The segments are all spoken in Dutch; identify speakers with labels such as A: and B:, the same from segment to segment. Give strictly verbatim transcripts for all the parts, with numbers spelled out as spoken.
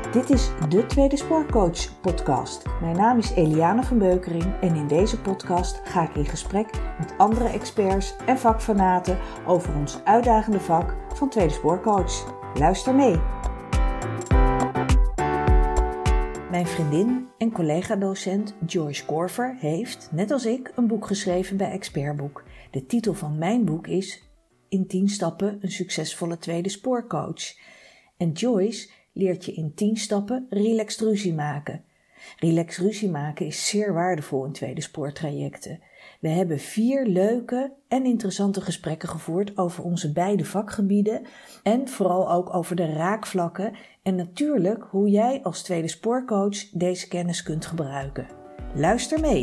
A: Dit is de Tweede Spoorcoach podcast. Mijn naam is Eliane van Beukering en in deze podcast ga ik in gesprek met andere experts en vakfanaten over ons uitdagende vak van Tweede Spoorcoach. Luister mee! Mijn vriendin en collega-docent Joyce Korver heeft, net als ik, een boek geschreven bij Expertboek. De titel van mijn boek is In tien stappen een succesvolle tweede spoorcoach. En Joyce leert je in tien stappen relaxed ruzie maken. Relaxed ruzie maken is zeer waardevol in tweede spoortrajecten. We hebben vier leuke en interessante gesprekken gevoerd over onze beide vakgebieden en vooral ook over de raakvlakken en natuurlijk hoe jij als tweede spoorcoach deze kennis kunt gebruiken. Luister mee!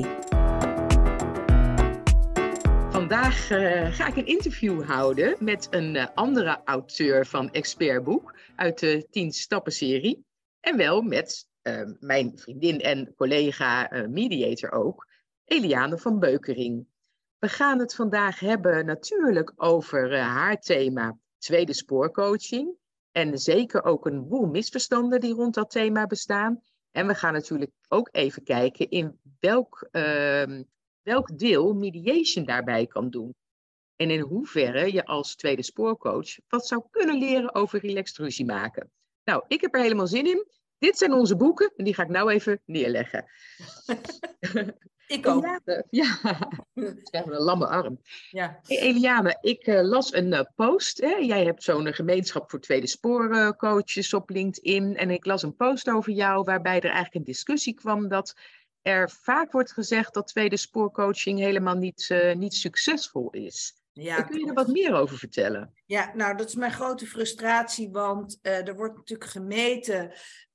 B: Vandaag uh, ga ik een interview houden met een uh, andere auteur van Expertboek uit de tien stappen serie. En wel met uh, mijn vriendin en collega uh, mediator ook, Eliane van Beukering. We gaan het vandaag hebben natuurlijk over uh, haar thema tweede spoorcoaching. En zeker ook een boel misverstanden die rond dat thema bestaan. En we gaan natuurlijk ook even kijken in welk... Uh, welk deel mediation daarbij kan doen. En in hoeverre je als tweede spoorcoach wat zou kunnen leren over relaxed ruzie maken. Nou, ik heb er helemaal zin in. Dit zijn onze boeken en die ga ik nou even neerleggen.
C: Ik ook.
B: Eliane, ja, we krijgen een lamme arm.
C: Ja.
B: Hey Eliane, ik uh, las een uh, post. Hè? Jij hebt zo'n uh, gemeenschap voor tweede spoorcoaches op LinkedIn. En ik las een post over jou waarbij er eigenlijk een discussie kwam dat er vaak wordt gezegd dat tweede spoorcoaching helemaal niet, uh, niet succesvol is.
C: Ja,
B: kun je er wat meer over vertellen?
C: Ja, nou dat is mijn grote frustratie, want uh, er wordt natuurlijk gemeten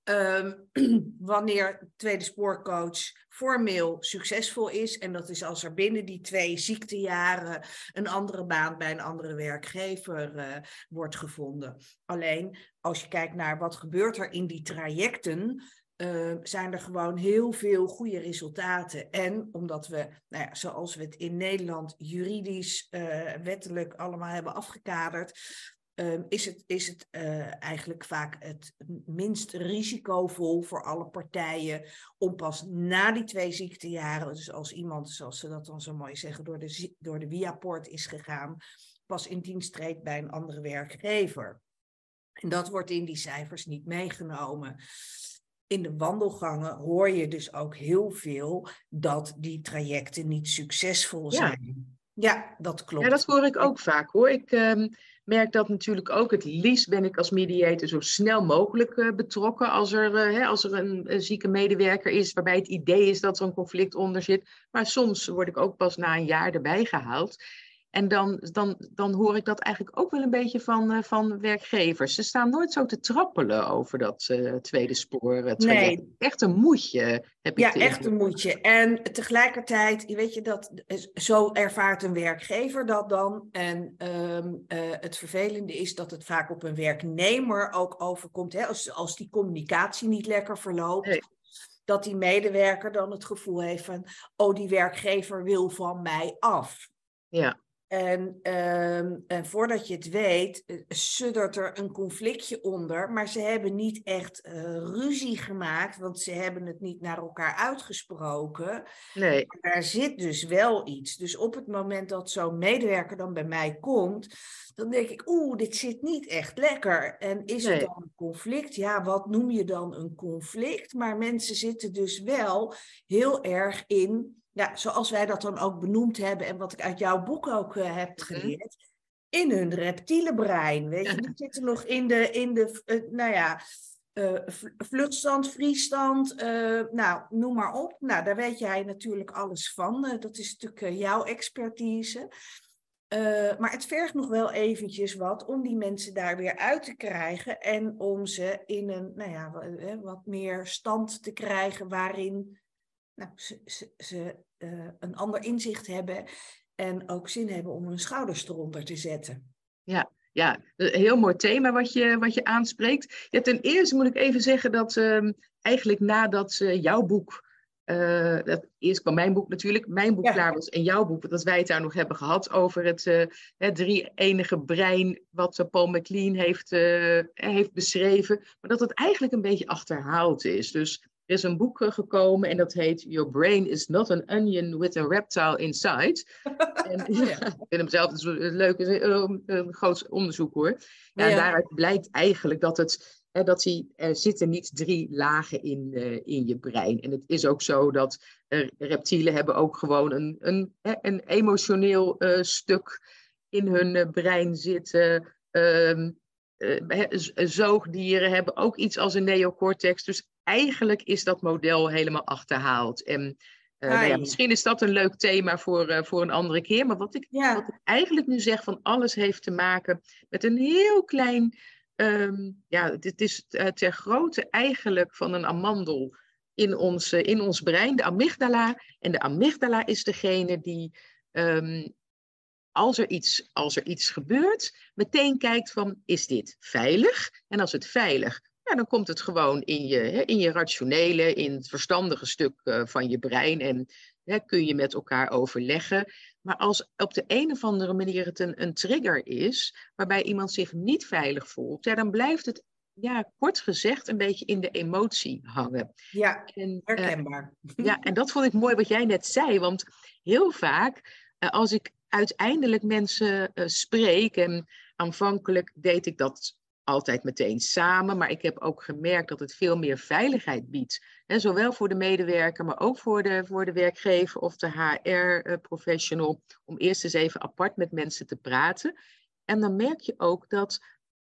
C: um, wanneer tweede spoorcoach formeel succesvol is. En dat is als er binnen die twee ziektejaren een andere baan bij een andere werkgever uh, wordt gevonden. Alleen als je kijkt naar wat gebeurt er in die trajecten, Uh, zijn er gewoon heel veel goede resultaten. En omdat we, nou ja, zoals we het in Nederland juridisch, uh, wettelijk allemaal hebben afgekaderd, uh, is het, is het uh, eigenlijk vaak het minst risicovol voor alle partijen om pas na die twee ziektejaren, dus als iemand, zoals ze dat dan zo mooi zeggen, door de, door de via-poort is gegaan, pas in dienst treedt bij een andere werkgever. En dat wordt in die cijfers niet meegenomen. In de wandelgangen hoor je dus ook heel veel dat die trajecten niet succesvol zijn. Ja, ja dat klopt.
B: Ja, dat hoor ik ook vaak hoor. Ik um, merk dat natuurlijk ook. Het liefst ben ik als mediator zo snel mogelijk uh, betrokken als er, uh, hè, als er een, een zieke medewerker is waarbij het idee is dat er een conflict onder zit. Maar soms word ik ook pas na een jaar erbij gehaald. En dan, dan, dan hoor ik dat eigenlijk ook wel een beetje van, uh, van werkgevers. Ze staan nooit zo te trappelen over dat uh, tweede spoor uh, traject. Nee. Echt een moedje, heb ik
C: Ja, echt een moedje. En tegelijkertijd, weet je, dat, zo ervaart een werkgever dat dan. En um, uh, het vervelende is dat het vaak op een werknemer ook overkomt. Hè, als, als die communicatie niet lekker verloopt. Nee. Dat die medewerker dan het gevoel heeft van, oh, die werkgever wil van mij af.
B: Ja.
C: En, um, en voordat je het weet, uh, suddert er een conflictje onder. Maar ze hebben niet echt uh, ruzie gemaakt, want ze hebben het niet naar elkaar uitgesproken.
B: Nee.
C: Maar daar zit dus wel iets. Dus op het moment dat zo'n medewerker dan bij mij komt, dan denk ik, oeh, dit zit niet echt lekker. En is
B: nee.
C: het dan een conflict? Ja, wat noem je dan een conflict? Maar mensen zitten dus wel heel erg in... Ja, zoals wij dat dan ook benoemd hebben en wat ik uit jouw boek ook uh, heb geleerd, in hun reptiele brein, weet je, die zitten nog in de, in de uh, nou ja, uh, vluchtstand, vriesstand, uh, nou, noem maar op. Nou, daar weet jij natuurlijk alles van, uh, dat is natuurlijk uh, jouw expertise. Uh, maar het vergt nog wel eventjes wat om die mensen daar weer uit te krijgen en om ze in een, nou ja, wat meer stand te krijgen waarin... Nou, ze, ze, ze uh, een ander inzicht hebben en ook zin hebben om hun schouders eronder te zetten.
B: Ja, ja, een heel mooi thema wat je, wat je aanspreekt. Ja, ten eerste moet ik even zeggen dat uh, eigenlijk nadat uh, jouw boek Uh, dat, eerst kwam mijn boek natuurlijk, mijn boek ja. klaar was en jouw boek, dat wij het daar nog hebben gehad over het, uh, het drie-enige brein wat uh, Paul MacLean heeft, uh, heeft beschreven, maar dat het eigenlijk een beetje achterhaald is. Dus er is een boek uh, gekomen en dat heet Your Brain is not an onion with a reptile inside. En, ja, ik vind hem zelf dus leuk, een, een groot onderzoek hoor. Ja, ja. En daaruit blijkt eigenlijk dat het He, dat die, er zitten niet drie lagen in, uh, in je brein. En het is ook zo dat uh, reptielen hebben ook gewoon een, een, een emotioneel uh, stuk in hun uh, brein zitten. Uh, uh, zoogdieren hebben ook iets als een neocortex. Dus eigenlijk is dat model helemaal achterhaald. En uh, nou ja, misschien is dat een leuk thema voor, uh, voor een andere keer. Maar wat ik, ja. wat ik eigenlijk nu zeg van alles heeft te maken met een heel klein... Um, ja, het is ter grootte eigenlijk van een amandel in ons, in ons brein, de amygdala. En de amygdala is degene die, um, als, er iets, als er iets gebeurt, meteen kijkt van, is dit veilig? En als het veilig, ja, dan komt het gewoon in je, hè, in je rationele, in het verstandige stuk uh, van je brein. En hè, kun je met elkaar overleggen. Maar als op de een of andere manier het een, een trigger is, waarbij iemand zich niet veilig voelt, ja, dan blijft het, ja, kort gezegd, een beetje in de emotie hangen.
C: Ja, en, herkenbaar.
B: Uh, ja, en dat vond ik mooi wat jij net zei, want heel vaak, uh, als ik uiteindelijk mensen uh, spreek, en aanvankelijk deed ik dat altijd meteen samen, maar ik heb ook gemerkt dat het veel meer veiligheid biedt. Hè, zowel voor de medewerker, maar ook voor de, voor de werkgever of de H R-professional, om eerst eens even apart met mensen te praten. En dan merk je ook dat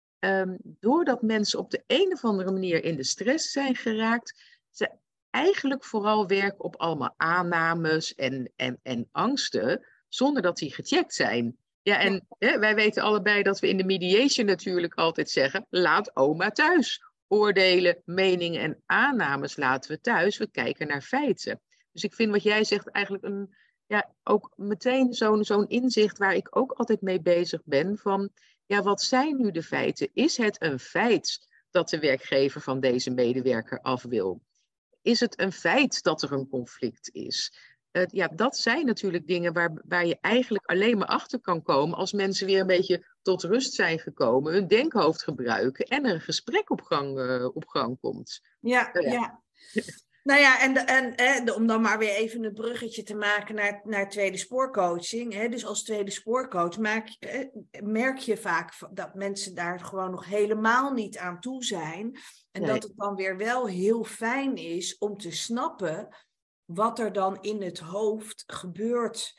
B: um, doordat mensen op de een of andere manier in de stress zijn geraakt, ze eigenlijk vooral werken op allemaal aannames en, en, en angsten, zonder dat die gecheckt zijn. Ja, en hè, wij weten allebei dat we in de mediation natuurlijk altijd zeggen, laat oma thuis. Oordelen, meningen en aannames laten we thuis. We kijken naar feiten. Dus ik vind wat jij zegt eigenlijk een, ja, ook meteen zo'n zo'n inzicht waar ik ook altijd mee bezig ben. Van, ja, wat zijn nu de feiten? Is het een feit dat de werkgever van deze medewerker af wil? Is het een feit dat er een conflict is? Uh, ja, dat zijn natuurlijk dingen waar, waar je eigenlijk alleen maar achter kan komen als mensen weer een beetje tot rust zijn gekomen, hun denkhoofd gebruiken en er een gesprek op gang, uh, op gang komt.
C: Ja, uh, ja. ja. Nou ja, en, en, en om dan maar weer even een bruggetje te maken naar, naar tweede spoorcoaching. Hè, dus als tweede spoorcoach maak, merk je vaak dat mensen daar gewoon nog helemaal niet aan toe zijn. En nee. dat het dan weer wel heel fijn is om te snappen wat er dan in het hoofd gebeurt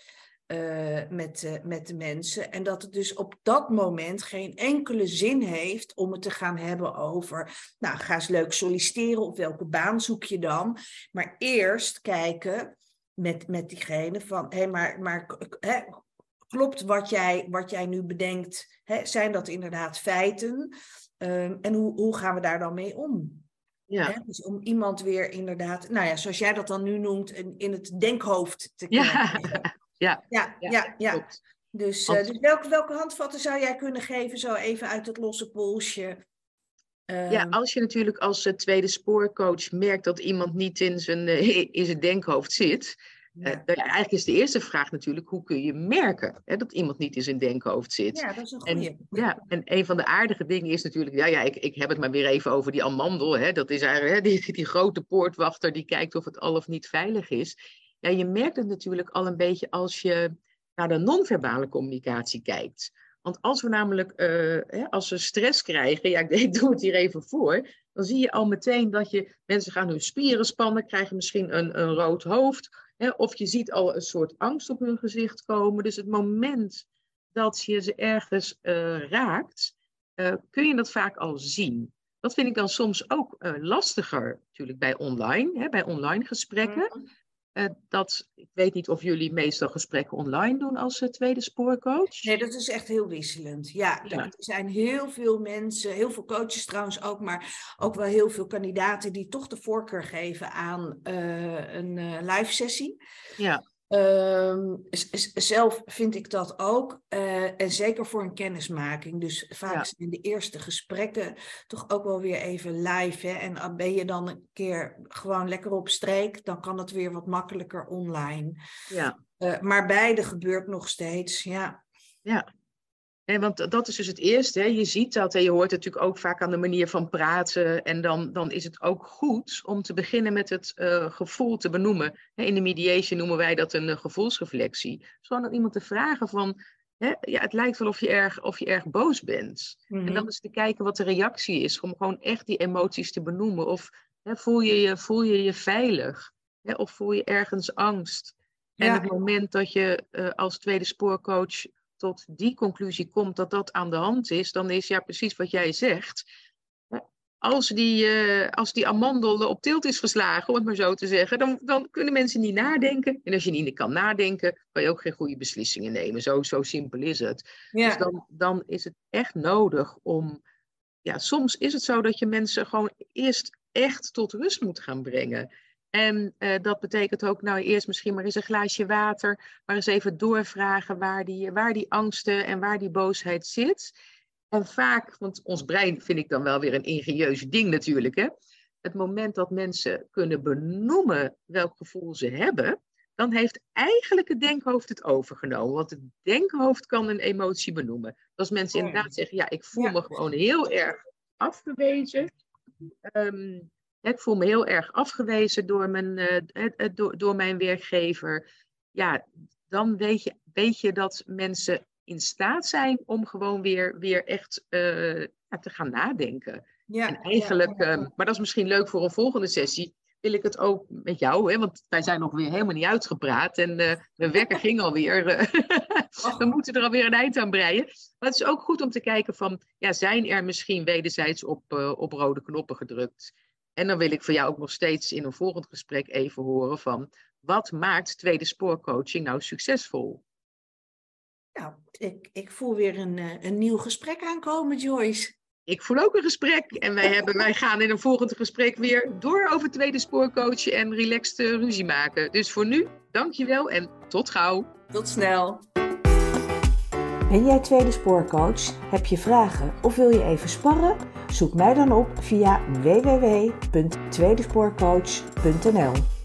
C: uh, met, uh, met de mensen. En dat het dus op dat moment geen enkele zin heeft om het te gaan hebben over, nou, ga eens leuk solliciteren, op welke baan zoek je dan? Maar eerst kijken met, met diegene van, hé, hey, maar, maar hè, klopt wat jij, wat jij nu bedenkt? Hè, zijn dat inderdaad feiten? Um, en hoe, hoe gaan we daar dan mee om? Ja. Hè? Dus om iemand weer inderdaad, nou ja, zoals jij dat dan nu noemt, in, in het denkhoofd te krijgen.
B: Ja,
C: ja, ja, ja. ja. Dus, uh, dus welke, welke handvatten zou jij kunnen geven, zo even uit het losse polsje? Uh...
B: Ja, als je natuurlijk als uh, tweede spoorcoach merkt dat iemand niet in zijn, uh, in zijn denkhoofd zit. Ja. Uh, dan, ja, eigenlijk is de eerste vraag natuurlijk, hoe kun je merken hè, dat iemand niet in zijn denkhoofd zit?
C: Ja, dat is een goeie.
B: En, ja, en een van de aardige dingen is natuurlijk, ja, ja ik, ik heb het maar weer even over die amandel. Hè, dat is eigenlijk hè, die, die grote poortwachter die kijkt of het al of niet veilig is. Ja, je merkt het natuurlijk al een beetje als je naar de non-verbale communicatie kijkt. Want als we namelijk, uh, hè, als we stress krijgen, ja, ik doe het hier even voor, dan zie je al meteen dat je, mensen gaan hun spieren spannen, krijgen misschien een, een rood hoofd, hè, of je ziet al een soort angst op hun gezicht komen. Dus het moment dat je ze ergens uh, raakt, uh, kun je dat vaak al zien. Dat vind ik dan soms ook uh, lastiger, natuurlijk bij online, hè, bij online gesprekken. Mm-hmm. Uh, dat, ik weet niet of jullie meestal gesprekken online doen als uh, tweede spoorcoach.
C: Nee, dat is echt heel wisselend. Ja, ja, er zijn heel veel mensen, heel veel coaches trouwens ook, maar ook wel heel veel kandidaten die toch de voorkeur geven aan uh, een uh, live sessie.
B: Ja.
C: Um, z- zelf vind ik dat ook. Uh, en zeker voor een kennismaking. Dus vaak
B: Ja.
C: zijn de eerste gesprekken toch ook wel weer even live. Hè? En ben je dan een keer gewoon lekker op streek, dan kan het weer wat makkelijker online.
B: Ja.
C: Uh, maar beide gebeurt nog steeds, ja.
B: Ja. En want dat is dus het eerste. Hè. Je ziet dat en je hoort het natuurlijk ook vaak aan de manier van praten. En dan, dan is het ook goed om te beginnen met het uh, gevoel te benoemen. Hè, in de mediation noemen wij dat een uh, gevoelsreflectie. Gewoon aan iemand te vragen van, hè, ja, het lijkt wel of je erg, of je erg boos bent. Mm-hmm. En dan eens te kijken wat de reactie is. Om gewoon echt die emoties te benoemen. Of hè, voel, je je, voel je je veilig? Hè, of voel je ergens angst? Ja. En het moment dat je uh, als tweede spoorcoach tot die conclusie komt dat dat aan de hand is, dan is ja precies wat jij zegt. Als die, uh, als die amandel op tilt is geslagen, om het maar zo te zeggen, dan, dan kunnen mensen niet nadenken. En als je niet kan nadenken, kan je ook geen goede beslissingen nemen. Zo, zo simpel is het. Ja. Dus dan, dan is het echt nodig om... Ja, soms is het zo dat je mensen gewoon eerst echt tot rust moet gaan brengen. En uh, dat betekent ook, nou eerst misschien maar eens een glaasje water, maar eens even doorvragen waar die, waar die angsten en waar die boosheid zit. En vaak, want ons brein vind ik dan wel weer een ingenieus ding natuurlijk, hè. Het moment dat mensen kunnen benoemen welk gevoel ze hebben, dan heeft eigenlijk het denkhoofd het overgenomen. Want het denkhoofd kan een emotie benoemen. Als mensen inderdaad zeggen, ja, ik voel ja. me gewoon heel erg afgewezen. Um, Ik voel me heel erg afgewezen door mijn, uh, door, door mijn werkgever. Ja, dan weet je, weet je dat mensen in staat zijn om gewoon weer, weer echt uh, ja, te gaan nadenken. Ja, en eigenlijk, ja, ja, ja. Um, maar dat is misschien leuk voor een volgende sessie, wil ik het ook met jou, hè, want wij zijn nog weer helemaal niet uitgepraat en uh, de wekker ging alweer. Uh, we moeten er alweer een eind aan breien. Maar het is ook goed om te kijken van, ja, zijn er misschien wederzijds op, uh, op rode knoppen gedrukt? En dan wil ik voor jou ook nog steeds in een volgend gesprek even horen van, wat maakt tweede spoorcoaching nou succesvol?
C: Nou, ik, ik voel weer een, een nieuw gesprek aankomen, Joyce.
B: Ik voel ook een gesprek en wij, hebben, wij gaan in een volgend gesprek weer door over tweede spoorcoachen en relaxed uh, ruzie maken. Dus voor nu, dankjewel en tot gauw.
C: Tot snel.
A: Ben jij tweede spoorcoach? Heb je vragen of wil je even sparren? Zoek mij dan op via w w w punt tweedespoorcoach punt n l.